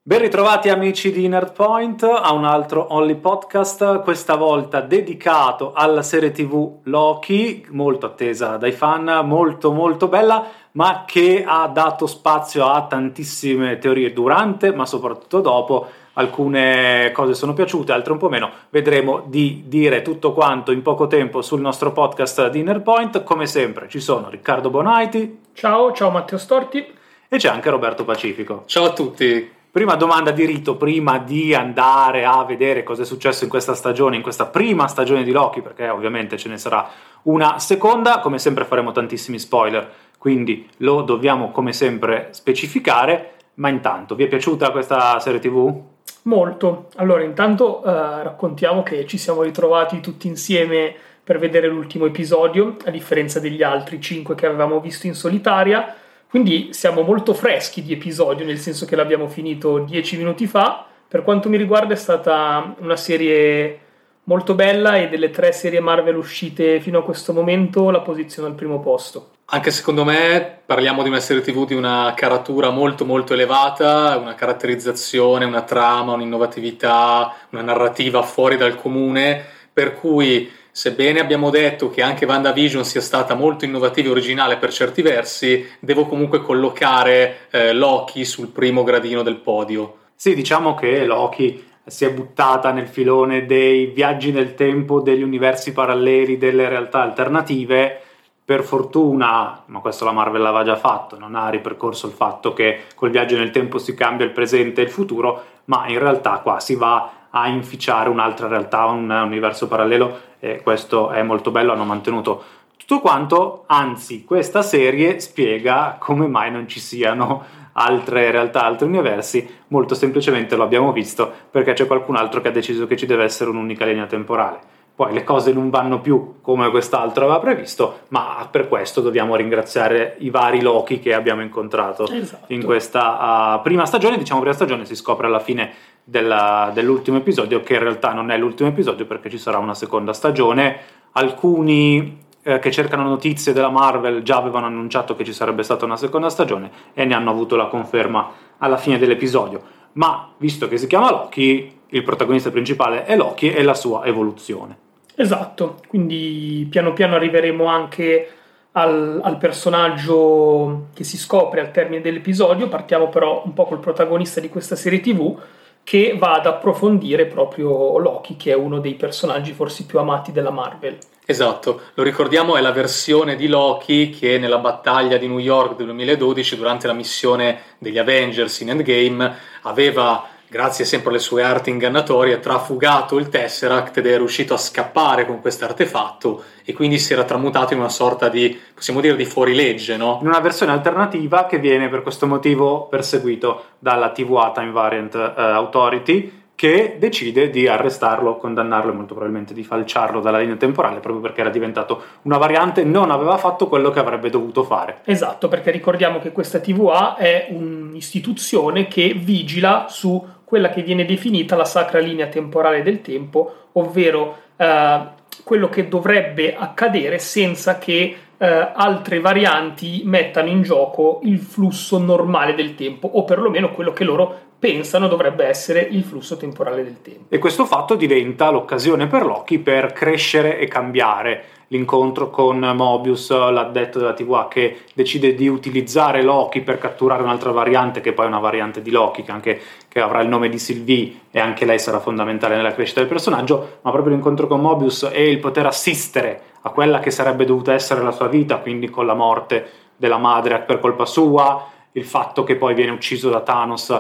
Ben ritrovati amici di Nerdpoint a un altro Only Podcast, questa volta dedicato alla serie TV Loki, molto attesa dai fan, molto bella, ma che ha dato spazio a tantissime teorie durante, ma soprattutto dopo. Alcune cose sono piaciute, altre un po' meno. Vedremo di dire tutto quanto in poco tempo sul nostro podcast di Nerdpoint. Come sempre ci sono Riccardo Bonaiti. Ciao Matteo Storti. E c'è anche Roberto Pacifico. Ciao a tutti. Prima domanda di rito, prima di andare a vedere cosa è successo in questa stagione, in questa prima stagione di Loki, perché ovviamente ce ne sarà una seconda, come sempre faremo tantissimi spoiler, quindi lo dobbiamo come sempre specificare, ma intanto, vi è piaciuta questa serie TV? Molto. Allora, intanto raccontiamo che ci siamo ritrovati tutti insieme per vedere l'ultimo episodio, a differenza degli altri 5 che avevamo visto in solitaria. Quindi siamo molto freschi di episodio, nel senso che l'abbiamo finito 10 minuti fa. Per quanto mi riguarda è stata una serie molto bella e delle 3 serie Marvel uscite fino a questo momento la posizione al primo posto. Anche secondo me parliamo di una serie TV di una caratura molto elevata, una caratterizzazione, una trama, un'innovatività, una narrativa fuori dal comune, per cui sebbene abbiamo detto che anche WandaVision sia stata molto innovativa e originale per certi versi, devo comunque collocare Loki sul primo gradino del podio. Sì, diciamo che Loki si è buttata nel filone dei viaggi nel tempo, degli universi paralleli, delle realtà alternative. Per fortuna, ma questo la Marvel l'aveva già fatto, non ha ripercorso il fatto che col viaggio nel tempo si cambia il presente e il futuro, ma in realtà qua si va a inficiare un'altra realtà, un universo parallelo, e questo è molto bello. Hanno mantenuto tutto quanto, anzi questa serie spiega come mai non ci siano altre realtà, altri universi. Molto semplicemente lo abbiamo visto perché c'è qualcun altro che ha deciso che ci deve essere un'unica linea temporale. Poi le cose non vanno più come quest'altro aveva previsto, ma per questo dobbiamo ringraziare i vari Loki che abbiamo incontrato in questa prima stagione. Diciamo prima stagione, si scopre alla fine dell'ultimo episodio che in realtà non è l'ultimo episodio, perché ci sarà una seconda stagione. Alcuni che cercano notizie della Marvel già avevano annunciato che ci sarebbe stata una seconda stagione e ne hanno avuto la conferma alla fine dell'episodio. Ma visto che si chiama Loki, il protagonista principale è Loki e la sua evoluzione. Esatto, quindi piano piano arriveremo anche al personaggio che si scopre al termine dell'episodio. Partiamo però un po' col protagonista di questa serie TV, che va ad approfondire proprio Loki, che è uno dei personaggi forse più amati della Marvel. Esatto, lo ricordiamo, è la versione di Loki che nella battaglia di New York del 2012, durante la missione degli Avengers in Endgame, aveva, grazie sempre alle sue arti ingannatorie, trafugato il Tesseract ed è riuscito a scappare con questo artefatto, e quindi si era tramutato in una sorta di, possiamo dire, di fuorilegge, no? In una versione alternativa che viene per questo motivo perseguito dalla TVA, Time Variant Authority, che decide di arrestarlo, condannarlo e molto probabilmente di falciarlo dalla linea temporale, proprio perché era diventato una variante, non aveva fatto quello che avrebbe dovuto fare. Esatto, perché ricordiamo che questa TVA è un'istituzione che vigila su quella che viene definita la sacra linea temporale del tempo, ovvero quello che dovrebbe accadere senza che altre varianti mettano in gioco il flusso normale del tempo, o perlomeno quello che loro pensano dovrebbe essere il flusso temporale del tempo. E questo fatto diventa l'occasione per Loki per crescere e cambiare. L'incontro con Mobius, l'addetto della TVA, che decide di utilizzare Loki per catturare un'altra variante, che poi è una variante di Loki, che avrà il nome di Sylvie, e anche lei sarà fondamentale nella crescita del personaggio. Ma proprio l'incontro con Mobius e il poter assistere a quella che sarebbe dovuta essere la sua vita, quindi con la morte della madre per colpa sua, il fatto che poi viene ucciso da Thanos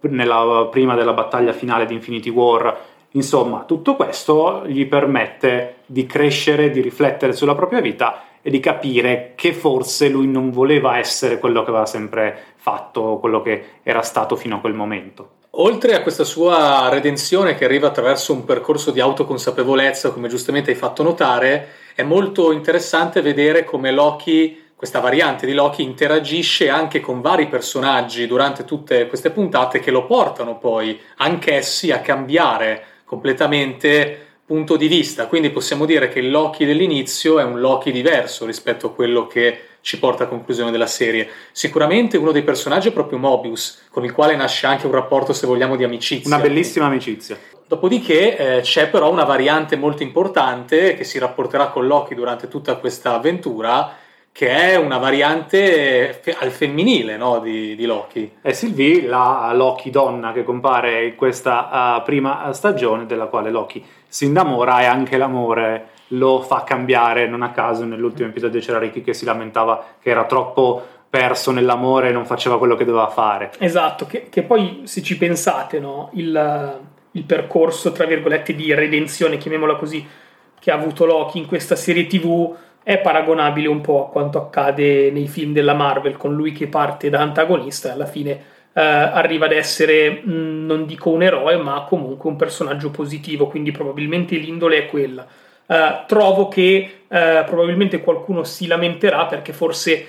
prima della battaglia finale di Infinity War. Insomma, tutto questo gli permette di crescere, di riflettere sulla propria vita e di capire che forse lui non voleva essere quello che aveva sempre fatto, quello che era stato fino a quel momento. Oltre a questa sua redenzione che arriva attraverso un percorso di autoconsapevolezza, come giustamente hai fatto notare, è molto interessante vedere come Loki, questa variante di Loki, interagisce anche con vari personaggi durante tutte queste puntate, che lo portano poi anch'essi a cambiare completamente punto di vista, quindi possiamo dire che il Loki dell'inizio è un Loki diverso rispetto a quello che ci porta a conclusione della serie. Sicuramente uno dei personaggi è proprio Mobius, con il quale nasce anche un rapporto, se vogliamo, di amicizia. Una bellissima amicizia. Dopodiché c'è però una variante molto importante che si rapporterà con Loki durante tutta questa avventura, che è una variante al femminile, no, di Loki. È Sylvie, la Loki donna che compare in questa prima stagione, della quale Loki si innamora, e anche l'amore lo fa cambiare. Non a caso nell'ultimo episodio c'era Ricky che si lamentava che era troppo perso nell'amore e non faceva quello che doveva fare. Esatto, che poi, se ci pensate, no, il percorso, tra virgolette, di redenzione, chiamiamola così, che ha avuto Loki in questa serie TV è paragonabile un po' a quanto accade nei film della Marvel, con lui che parte da antagonista e alla fine arriva ad essere, non dico un eroe, ma comunque un personaggio positivo, quindi probabilmente l'indole è quella. Trovo che probabilmente qualcuno si lamenterà perché forse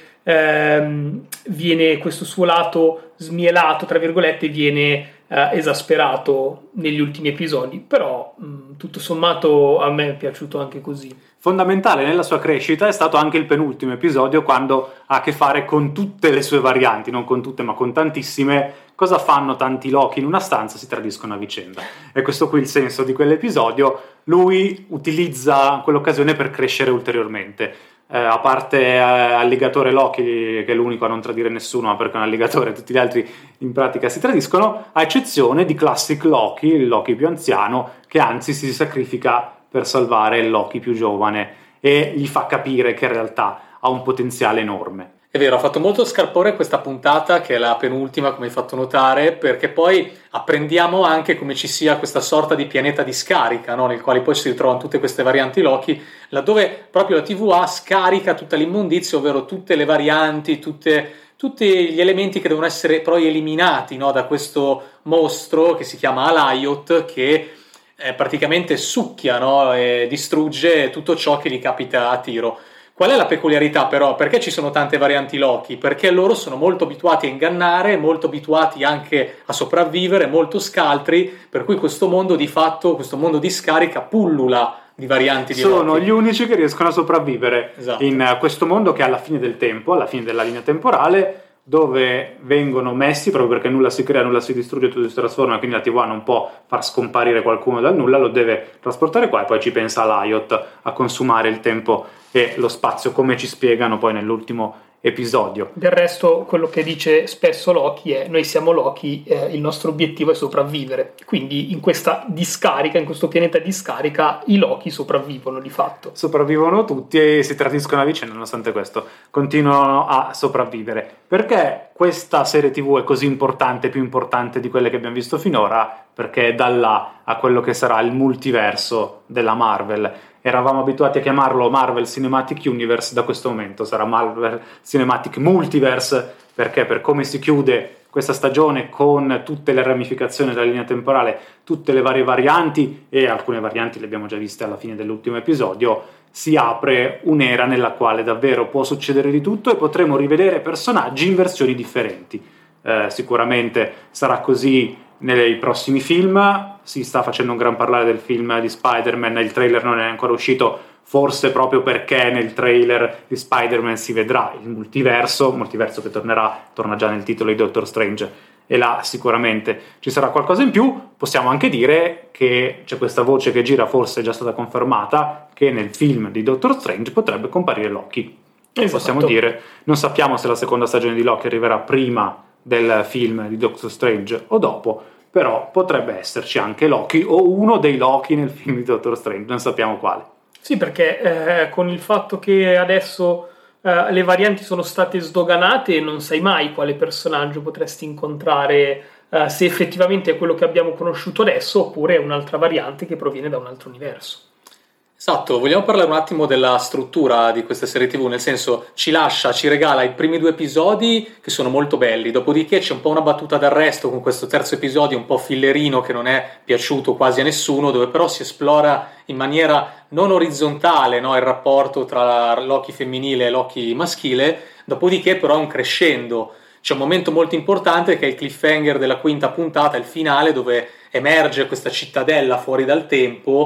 viene questo suo lato smielato, tra virgolette, viene esasperato negli ultimi episodi, però tutto sommato a me è piaciuto anche così. Fondamentale nella sua crescita è stato anche il penultimo episodio, quando ha a che fare con tutte le sue varianti, non con tutte ma con tantissime. Cosa fanno tanti Loki in una stanza? Si tradiscono a vicenda. E questo qui è il senso di quell'episodio. Lui utilizza quell'occasione per crescere ulteriormente. A parte Alligatore Loki, che è l'unico a non tradire nessuno, ma perché è un alligatore, tutti gli altri in pratica si tradiscono, a eccezione di Classic Loki, il Loki più anziano, che anzi si sacrifica per salvare il Loki più giovane e gli fa capire che in realtà ha un potenziale enorme. È vero, ha fatto molto scalpore questa puntata, che è la penultima, come hai fatto notare, perché poi apprendiamo anche come ci sia questa sorta di pianeta di scarica, no? Nel quale poi si ritrovano tutte queste varianti Loki, laddove proprio la TVA scarica tutta l'immondizia, ovvero tutte le varianti, tutti gli elementi che devono essere poi eliminati, no? Da questo mostro che si chiama Alioth, che praticamente succhia, no? E distrugge tutto ciò che gli capita a tiro. Qual è la peculiarità però? Perché ci sono tante varianti Loki? Perché loro sono molto abituati a ingannare, molto abituati anche a sopravvivere, molto scaltri, per cui questo mondo di fatto, questo mondo di scarica pullula di varianti di Loki. Sono gli unici che riescono a sopravvivere, esatto, in questo mondo che è alla fine del tempo, alla fine della linea temporale, dove vengono messi, proprio perché nulla si crea, nulla si distrugge, tutto si trasforma, quindi la TVA non può far scomparire qualcuno dal nulla, lo deve trasportare qua, e poi ci pensa Alioth a consumare il tempo e lo spazio, come ci spiegano poi nell'ultimo episodio. Del resto, quello che dice spesso Loki è: noi siamo Loki, il nostro obiettivo è sopravvivere. Quindi in questa discarica, in questo pianeta di scarica, i Loki sopravvivono di fatto. Sopravvivono tutti e si tradiscono a vicenda, nonostante questo continuano a sopravvivere. Perché questa serie TV è così importante, più importante di quelle che abbiamo visto finora? Perché da là a quello che sarà il multiverso della Marvel. Eravamo abituati a chiamarlo Marvel Cinematic Universe, da questo momento sarà Marvel Cinematic Multiverse, perché per come si chiude questa stagione, con tutte le ramificazioni della linea temporale, tutte le varie varianti, e alcune varianti le abbiamo già viste alla fine dell'ultimo episodio, si apre un'era nella quale davvero può succedere di tutto e potremo rivedere personaggi in versioni differenti. Sicuramente sarà così nei prossimi film. Si sta facendo un gran parlare del film di Spider-Man, il trailer non è ancora uscito, forse proprio perché nel trailer di Spider-Man si vedrà il multiverso che torna già nel titolo di Doctor Strange, e là sicuramente ci sarà qualcosa in più. Possiamo anche dire che c'è questa voce che gira, forse è già stata confermata, che nel film di Doctor Strange potrebbe comparire Loki. Esatto. Possiamo dire, non sappiamo se la seconda stagione di Loki arriverà prima del film di Doctor Strange o dopo, però potrebbe esserci anche Loki o uno dei Loki nel film di Doctor Strange, non sappiamo quale. Sì, perché con il fatto che adesso le varianti sono state sdoganate, non sai mai quale personaggio potresti incontrare, se effettivamente è quello che abbiamo conosciuto adesso oppure è un'altra variante che proviene da un altro universo. Esatto, vogliamo parlare un attimo della struttura di questa serie TV, nel senso ci regala i primi 2 episodi che sono molto belli, dopodiché c'è un po' una battuta d'arresto con questo terzo episodio un po' fillerino che non è piaciuto quasi a nessuno, dove però si esplora in maniera non orizzontale, no, il rapporto tra Loki femminile e Loki maschile, dopodiché però è un crescendo. C'è un momento molto importante che è il cliffhanger della 5ª puntata, il finale, dove emerge questa cittadella fuori dal tempo,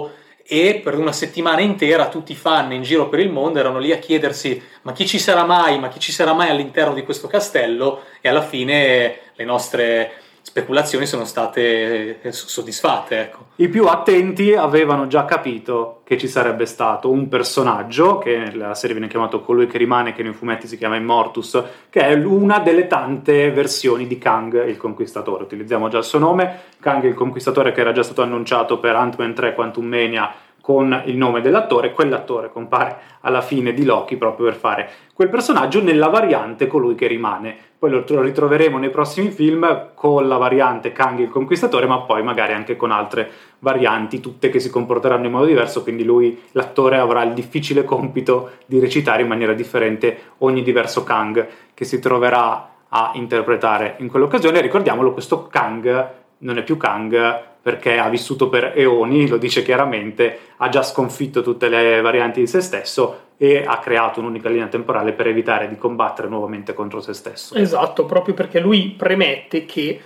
e per una settimana intera tutti i fan in giro per il mondo erano lì a chiedersi ma chi ci sarà mai all'interno di questo castello, e alla fine le nostre speculazioni sono state soddisfatte, ecco. I più attenti avevano già capito che ci sarebbe stato un personaggio, che nella serie viene chiamato Colui che rimane, che nei fumetti si chiama Immortus, che è una delle tante versioni di Kang il Conquistatore. Utilizziamo già il suo nome, Kang il Conquistatore, che era già stato annunciato per Ant-Man 3 Quantumania con il nome dell'attore. Quell'attore compare alla fine di Loki proprio per fare quel personaggio nella variante Colui che rimane. Poi lo ritroveremo nei prossimi film con la variante Kang il Conquistatore, ma poi magari anche con altre varianti, tutte che si comporteranno in modo diverso, quindi l'attore avrà il difficile compito di recitare in maniera differente ogni diverso Kang che si troverà a interpretare in quell'occasione. Ricordiamolo, questo Kang non è più Kang perché ha vissuto per eoni, lo dice chiaramente, ha già sconfitto tutte le varianti di se stesso e ha creato un'unica linea temporale per evitare di combattere nuovamente contro se stesso. Esatto, proprio perché lui premette che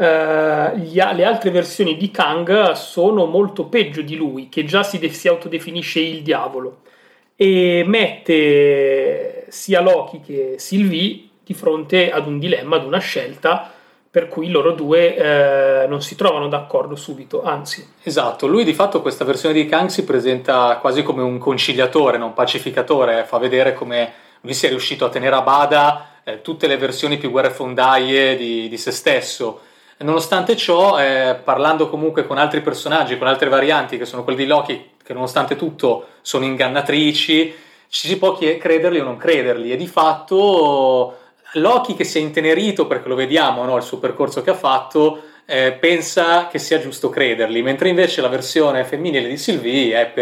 le altre versioni di Kang sono molto peggio di lui, che già si autodefinisce il diavolo, e mette sia Loki che Sylvie di fronte ad un dilemma, ad una scelta, per cui loro due non si trovano d'accordo subito, anzi. Esatto, lui di fatto questa versione di Kang si presenta quasi come un conciliatore, non pacificatore, fa vedere come lui sia riuscito a tenere a bada tutte le versioni più guerrefondaie di se stesso. Nonostante ciò, parlando comunque con altri personaggi, con altre varianti, che sono quelli di Loki, che nonostante tutto sono ingannatrici, ci si può crederli o non crederli, e di fatto Loki, che si è intenerito perché lo vediamo, no, il suo percorso che ha fatto, pensa che sia giusto crederli, mentre invece la versione femminile di Sylvie è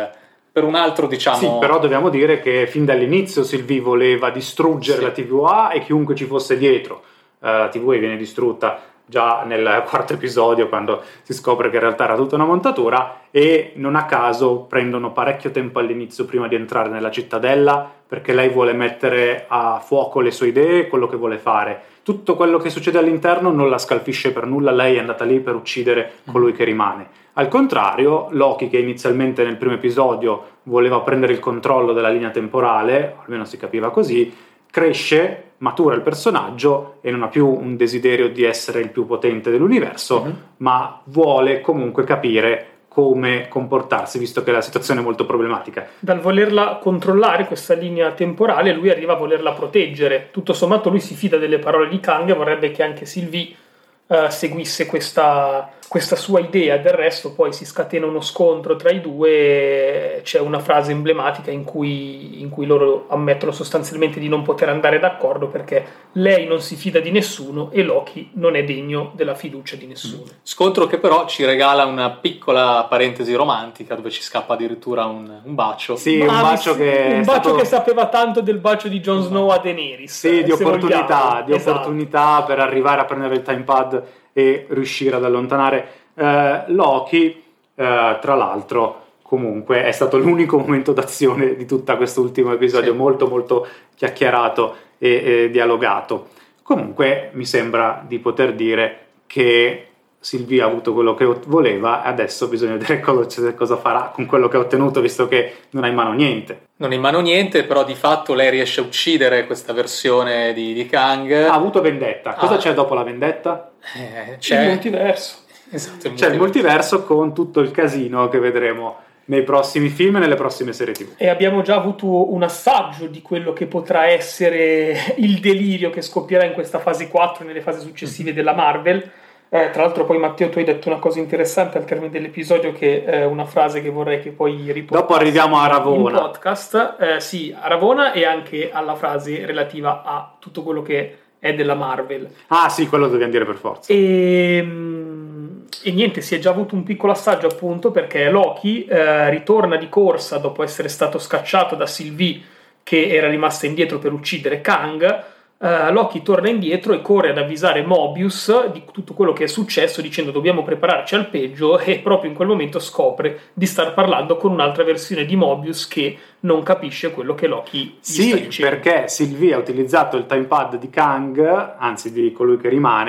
per un altro, diciamo. Sì, però dobbiamo dire che fin dall'inizio Sylvie voleva distruggere la TVA e chiunque ci fosse dietro. La TVA viene distrutta già nel quarto episodio, quando si scopre che in realtà era tutta una montatura, e non a caso prendono parecchio tempo all'inizio prima di entrare nella cittadella, perché lei vuole mettere a fuoco le sue idee, quello che vuole fare. Tutto quello che succede all'interno non la scalfisce per nulla, lei è andata lì per uccidere colui che rimane. Al contrario, Loki, che inizialmente nel primo episodio voleva prendere il controllo della linea temporale, almeno si capiva così, cresce, matura il personaggio e non ha più un desiderio di essere il più potente dell'universo, ma vuole comunque capire come comportarsi, visto che la situazione è molto problematica. Dal volerla controllare questa linea temporale, lui arriva a volerla proteggere. Tutto sommato lui si fida delle parole di Kang e vorrebbe che anche Sylvie seguisse questa sua idea. Del resto poi si scatena uno scontro tra i due, c'è una frase emblematica in cui loro ammettono sostanzialmente di non poter andare d'accordo perché lei non si fida di nessuno e Loki non è degno della fiducia di nessuno. Scontro che però ci regala una piccola parentesi romantica dove ci scappa addirittura un bacio. Sì, un bacio che sapeva tanto del bacio di Jon Snow a Daenerys. Sì, di opportunità per arrivare a prendere il time pad e riuscire ad allontanare Loki. Tra l'altro comunque è stato l'unico momento d'azione di tutto quest'ultimo episodio, molto molto chiacchierato e dialogato. Comunque mi sembra di poter dire che Sylvie ha avuto quello che voleva, adesso bisogna vedere cosa farà con quello che ha ottenuto, visto che non ha in mano niente. Non ha in mano niente, però di fatto lei riesce a uccidere questa versione di Kang. Ha avuto vendetta. Cosa c'è dopo la vendetta? C'è il multiverso. Esatto, c'è il multiverso con tutto il casino che vedremo nei prossimi film e nelle prossime serie TV. E abbiamo già avuto un assaggio di quello che potrà essere il delirio che scoppierà in questa fase 4 e nelle fasi successive della Marvel. Tra l'altro poi Matteo, tu hai detto una cosa interessante al termine dell'episodio, che è una frase che vorrei che poi riportassi. Dopo arriviamo a Ravonna. In podcast, sì, a Ravonna e anche alla frase relativa a tutto quello che è della Marvel. Ah sì, quello dobbiamo dire per forza. E niente, si è già avuto un piccolo assaggio appunto perché Loki ritorna di corsa dopo essere stato scacciato da Sylvie, che era rimasta indietro per uccidere Kang. Loki torna indietro e corre ad avvisare Mobius di tutto quello che è successo, dicendo dobbiamo prepararci al peggio, e proprio in quel momento scopre di star parlando con un'altra versione di Mobius che non capisce quello che Loki gli sta dicendo. Perché Sylvie ha utilizzato il time pad di Kang, anzi di colui che rimane,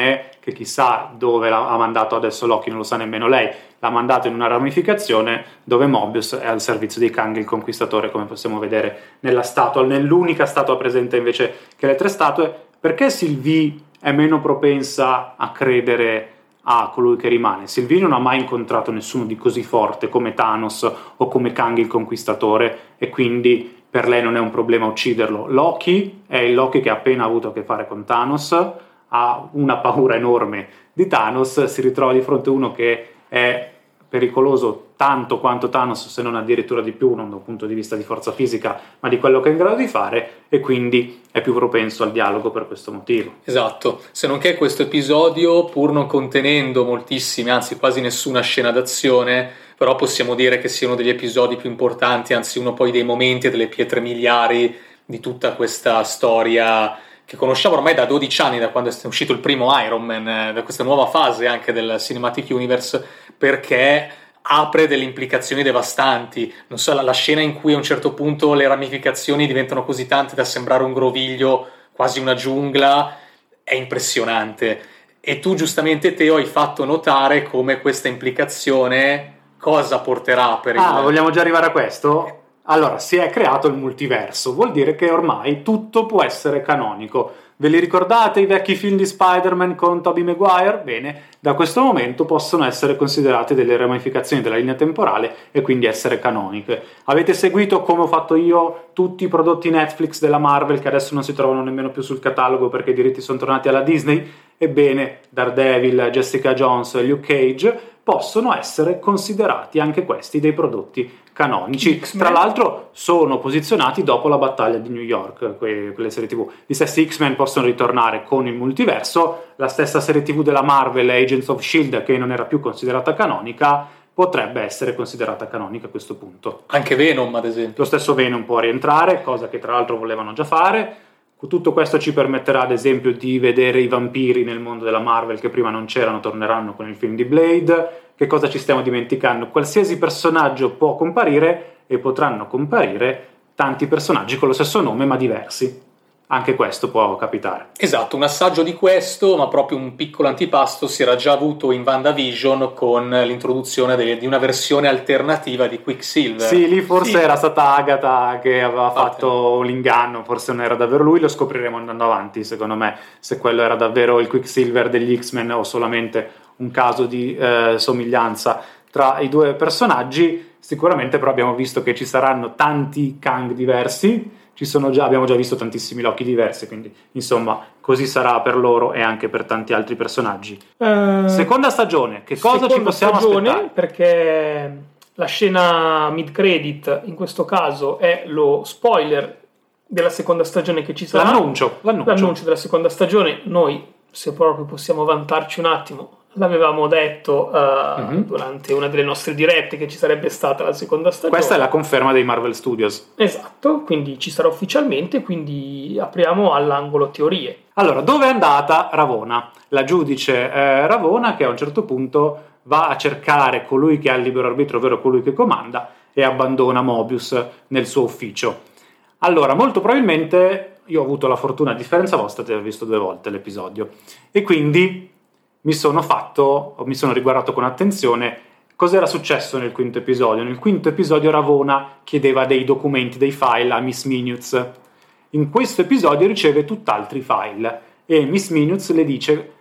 che chissà dove ha mandato adesso Loki, non lo sa nemmeno lei, l'ha mandato in una ramificazione dove Mobius è al servizio di Kang il Conquistatore, come possiamo vedere nella statua, nell'unica statua presente invece che le 3 statue. Perché Sylvie è meno propensa a credere a colui che rimane? Sylvie non ha mai incontrato nessuno di così forte come Thanos o come Kang il Conquistatore, e quindi per lei non è un problema ucciderlo. Loki è il Loki che ha appena avuto a che fare con Thanos, ha una paura enorme di Thanos, si ritrova di fronte a uno che è pericoloso tanto quanto Thanos, se non addirittura di più, non dal punto di vista di forza fisica, ma di quello che è in grado di fare, e quindi è più propenso al dialogo per questo motivo. Esatto, se non che questo episodio, pur non contenendo moltissime, anzi quasi nessuna scena d'azione, però possiamo dire che sia uno degli episodi più importanti, anzi uno poi dei momenti e delle pietre miliari di tutta questa storia che conosciamo ormai da 12 anni, da quando è uscito il primo Iron Man, da questa nuova fase anche del Cinematic Universe, perché apre delle implicazioni devastanti. Non so, la scena in cui a un certo punto le ramificazioni diventano così tante da sembrare un groviglio, quasi una giungla, è impressionante. E tu giustamente, Teo, hai fatto notare come questa implicazione cosa porterà per il... vogliamo già arrivare a questo? Allora, si è creato il multiverso, vuol dire che ormai tutto può essere canonico. Ve li ricordate i vecchi film di Spider-Man con Tobey Maguire? Bene, da questo momento possono essere considerate delle ramificazioni della linea temporale e quindi essere canoniche. Avete seguito, come ho fatto io, tutti i prodotti Netflix della Marvel che adesso non si trovano nemmeno più sul catalogo perché i diritti sono tornati alla Disney? Ebbene, Daredevil, Jessica Jones, Luke Cage possono essere considerati anche questi dei prodotti canonici. X-Men. Tra l'altro sono posizionati dopo la battaglia di New York, quelle serie TV. Gli stessi X-Men possono ritornare con il multiverso, la stessa serie TV della Marvel, Agents of S.H.I.E.L.D., che non era più considerata canonica, potrebbe essere considerata canonica a questo punto. Anche Venom, ad esempio. Lo stesso Venom può rientrare, cosa che tra l'altro volevano già fare. Tutto questo ci permetterà ad esempio di vedere i vampiri nel mondo della Marvel che prima non c'erano, torneranno con il film di Blade. Che cosa ci stiamo dimenticando? Qualsiasi personaggio può comparire e potranno comparire tanti personaggi con lo stesso nome ma diversi. Anche questo può capitare. Esatto, un assaggio di questo, ma proprio un piccolo antipasto, si era già avuto in WandaVision con l'introduzione di una versione alternativa di Quicksilver. Sì, lì forse era stata Agatha che aveva fatto l'inganno, forse non era davvero lui, lo scopriremo andando avanti, secondo me, se quello era davvero il Quicksilver degli X-Men o solamente un caso di somiglianza tra i due personaggi. Sicuramente però abbiamo visto che ci saranno tanti Kang diversi, abbiamo già visto tantissimi Loki diversi, quindi insomma così sarà per loro e anche per tanti altri personaggi. Seconda stagione, che cosa ci possiamo aspettare? Perché la scena mid-credit in questo caso è lo spoiler della seconda stagione che ci sarà. L'annuncio della seconda stagione. Noi, se proprio possiamo vantarci un attimo, l'avevamo detto durante una delle nostre dirette che ci sarebbe stata la seconda stagione. Questa è la conferma dei Marvel Studios. Esatto, quindi ci sarà ufficialmente, quindi apriamo all'angolo teorie. Allora, dove è andata Ravonna? La giudice Ravonna, che a un certo punto va a cercare colui che ha il libero arbitrio, ovvero colui che comanda, e abbandona Mobius nel suo ufficio. Allora, molto probabilmente io ho avuto la fortuna, a differenza vostra, di aver visto 2 volte l'episodio, e quindi mi sono riguardato con attenzione cos'era successo nel quinto episodio. Nel quinto episodio Ravonna chiedeva dei documenti, dei file a Miss Minutes. In questo episodio riceve tutt'altri file e Miss Minutes le dice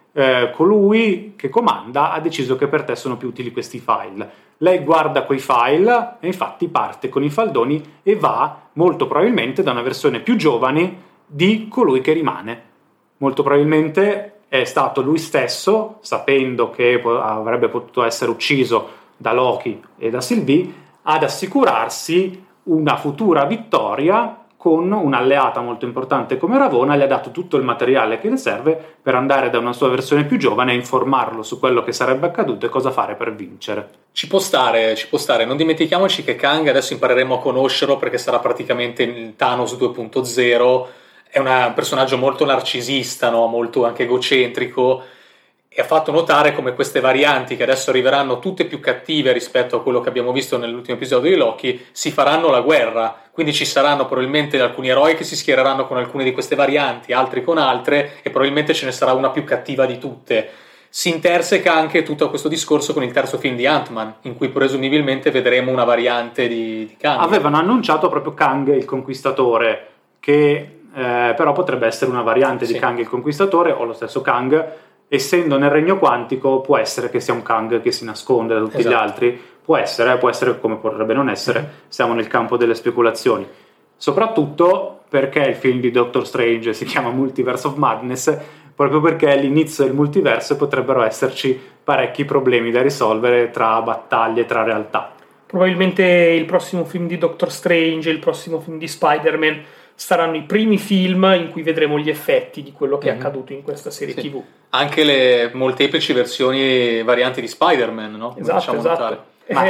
colui che comanda ha deciso che per te sono più utili questi file. Lei guarda quei file e infatti parte con i faldoni e va molto probabilmente da una versione più giovane di colui che rimane. Molto probabilmente è stato lui stesso, sapendo che avrebbe potuto essere ucciso da Loki e da Sylvie, ad assicurarsi una futura vittoria con un'alleata molto importante come Ravonna. Le ha dato tutto il materiale che le serve per andare da una sua versione più giovane e informarlo su quello che sarebbe accaduto e cosa fare per vincere. Ci può stare. Non dimentichiamoci che Kang, adesso impareremo a conoscerlo perché sarà praticamente il Thanos 2.0, è un personaggio molto narcisista, no? Molto anche egocentrico, e ha fatto notare come queste varianti che adesso arriveranno tutte più cattive rispetto a quello che abbiamo visto nell'ultimo episodio di Loki, si faranno la guerra, quindi ci saranno probabilmente alcuni eroi che si schiereranno con alcune di queste varianti, altri con altre, e probabilmente ce ne sarà una più cattiva di tutte. si interseca anche tutto questo discorso con il terzo film di Ant-Man, in cui presumibilmente vedremo una variante di Kang. Avevano annunciato proprio Kang il Conquistatore, che però potrebbe essere una variante di Kang il Conquistatore, o lo stesso Kang. Essendo nel regno quantico, può essere che sia un Kang che si nasconde da tutti gli altri, può essere come potrebbe non essere, siamo nel campo delle speculazioni. Soprattutto perché il film di Doctor Strange si chiama Multiverse of Madness, proprio perché all'inizio del multiverso potrebbero esserci parecchi problemi da risolvere tra battaglie, tra realtà. Probabilmente il prossimo film di Doctor Strange e il prossimo film di Spider-Man saranno i primi film in cui vedremo gli effetti di quello che è accaduto in questa serie TV. Anche le molteplici versioni varianti di Spider-Man, no? Esatto.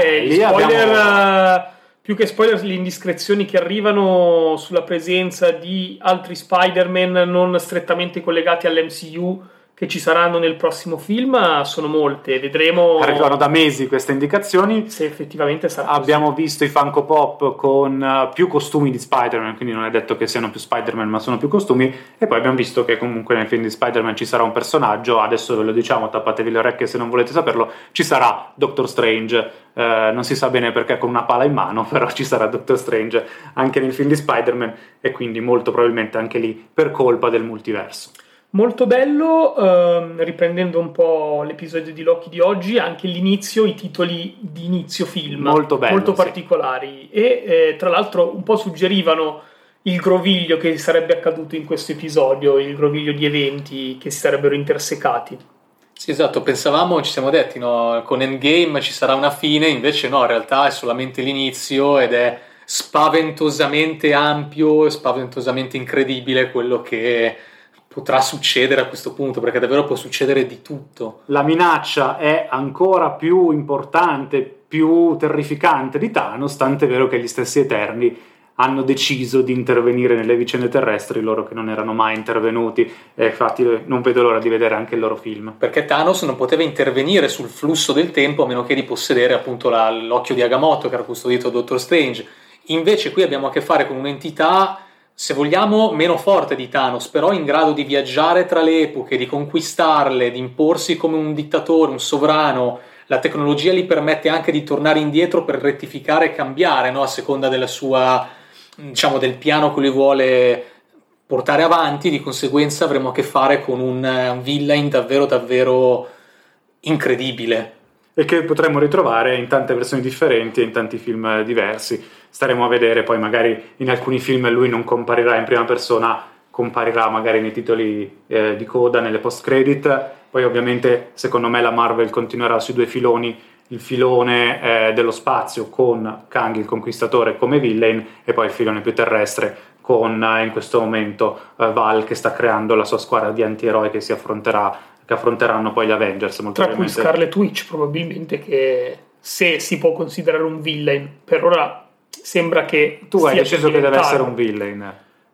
Spoiler, più che spoiler, le indiscrezioni che arrivano sulla presenza di altri Spider-Man non strettamente collegati all'MCU che ci saranno nel prossimo film sono molte. Vedremo. Arrivano da mesi queste indicazioni. Se effettivamente sarà Abbiamo visto i Funko Pop con più costumi di Spider-Man, quindi non è detto che siano più Spider-Man, ma sono più costumi. E poi abbiamo visto che comunque nel film di Spider-Man ci sarà un personaggio. Adesso ve lo diciamo, tappatevi le orecchie se non volete saperlo. Ci sarà Doctor Strange. Non si sa bene perché con una pala in mano, però ci sarà Doctor Strange anche nel film di Spider-Man, e quindi molto probabilmente anche lì per colpa del multiverso. Molto bello, riprendendo un po' l'episodio di Loki di oggi, anche l'inizio, i titoli di inizio film, molto bello, molto particolari, e tra l'altro un po' suggerivano il groviglio che sarebbe accaduto in questo episodio, il groviglio di eventi che si sarebbero intersecati. Sì, esatto, pensavamo, ci siamo detti, no, con Endgame ci sarà una fine, invece no, in realtà è solamente l'inizio ed è spaventosamente ampio e spaventosamente incredibile quello che potrà succedere a questo punto, perché davvero può succedere di tutto. La minaccia è ancora più importante, più terrificante di Thanos, tant'è vero che gli stessi Eterni hanno deciso di intervenire nelle vicende terrestri, loro che non erano mai intervenuti, e infatti non vedo l'ora di vedere anche il loro film. Perché Thanos non poteva intervenire sul flusso del tempo a meno che di possedere appunto l'occhio di Agamotto che era custodito da Doctor Strange. Invece qui abbiamo a che fare con un'entità, se vogliamo, meno forte di Thanos, però in grado di viaggiare tra le epoche, di conquistarle, di imporsi come un dittatore, un sovrano. La tecnologia gli permette anche di tornare indietro per rettificare e cambiare, no? A seconda della sua, diciamo, del piano che lui vuole portare avanti. Di conseguenza avremo a che fare con un villain davvero davvero incredibile. E che potremmo ritrovare in tante versioni differenti e in tanti film diversi. Staremo a vedere, poi magari in alcuni film lui non comparirà in prima persona, comparirà magari nei titoli di coda, nelle post-credit. Poi ovviamente secondo me la Marvel continuerà sui due filoni, il filone dello spazio con Kang il Conquistatore come villain, e poi il filone più terrestre con in questo momento Val che sta creando la sua squadra di antieroi che affronteranno poi gli Avengers. Molto tra cui Scarlet Witch probabilmente, che se si può considerare un villain, per ora sembra che tu hai deciso che deve essere un villain.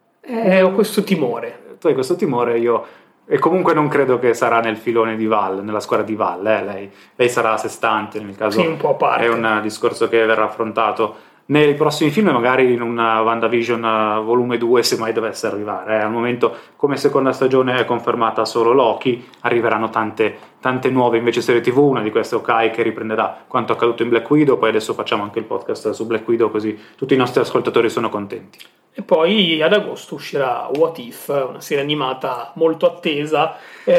Ho questo timore. Tu hai questo timore, io, e comunque non credo che sarà nel filone di Val, nella squadra di Val, lei sarà a sé stante, nel caso sì, un po' a parte. È un discorso che verrà affrontato nei prossimi film, magari in una WandaVision volume 2 se mai dovesse arrivare. Al momento come seconda stagione è confermata solo Loki, arriveranno tante nuove invece serie TV, una di queste Hawkeye che riprenderà quanto accaduto in Black Widow, poi adesso facciamo anche il podcast su Black Widow così tutti i nostri ascoltatori sono contenti. E poi ad agosto uscirà What If, una serie animata molto attesa,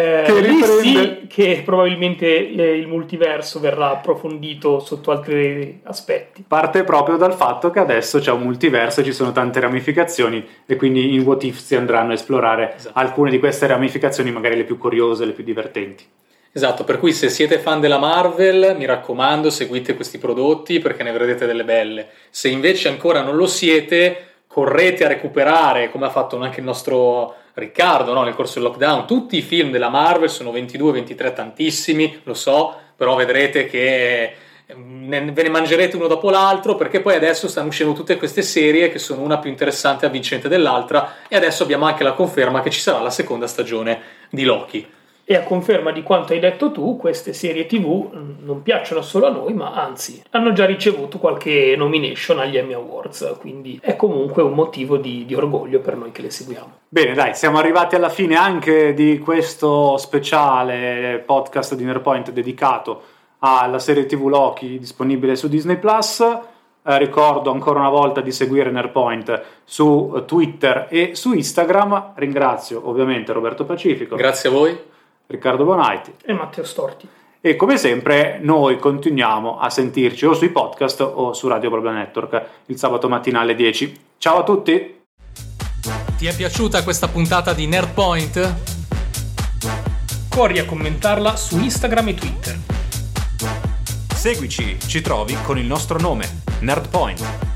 che probabilmente il multiverso verrà approfondito sotto altri aspetti. Parte proprio dal fatto che adesso c'è un multiverso e ci sono tante ramificazioni, e quindi in What If si andranno a esplorare alcune di queste ramificazioni, magari le più curiose, le più divertenti. Esatto, per cui se siete fan della Marvel, mi raccomando, seguite questi prodotti perché ne vedrete delle belle. Se invece ancora non lo siete, correte a recuperare, come ha fatto anche il nostro Riccardo, no? Nel corso del lockdown, tutti i film della Marvel, sono 22, 23, tantissimi, lo so, però vedrete che ve ne mangerete uno dopo l'altro, perché poi adesso stanno uscendo tutte queste serie che sono una più interessante e avvincente dell'altra, e adesso abbiamo anche la conferma che ci sarà la seconda stagione di Loki. E a conferma di quanto hai detto tu, queste serie TV non piacciono solo a noi, ma anzi hanno già ricevuto qualche nomination agli Emmy Awards, quindi è comunque un motivo di orgoglio per noi che le seguiamo. Bene, dai, siamo arrivati alla fine anche di questo speciale podcast di Nerdpoint dedicato alla serie TV Loki disponibile su Disney+. Ricordo ancora una volta di seguire Nerdpoint su Twitter e su Instagram. Ringrazio ovviamente Roberto Pacifico. Grazie a voi. Riccardo Bonaiti e Matteo Storti. E come sempre noi continuiamo a sentirci o sui podcast o su Radio Problem Network il sabato mattina alle 10. Ciao a tutti! Ti è piaciuta questa puntata di Nerdpoint? Corri a commentarla su Instagram e Twitter. Seguici, ci trovi con il nostro nome, Nerdpoint.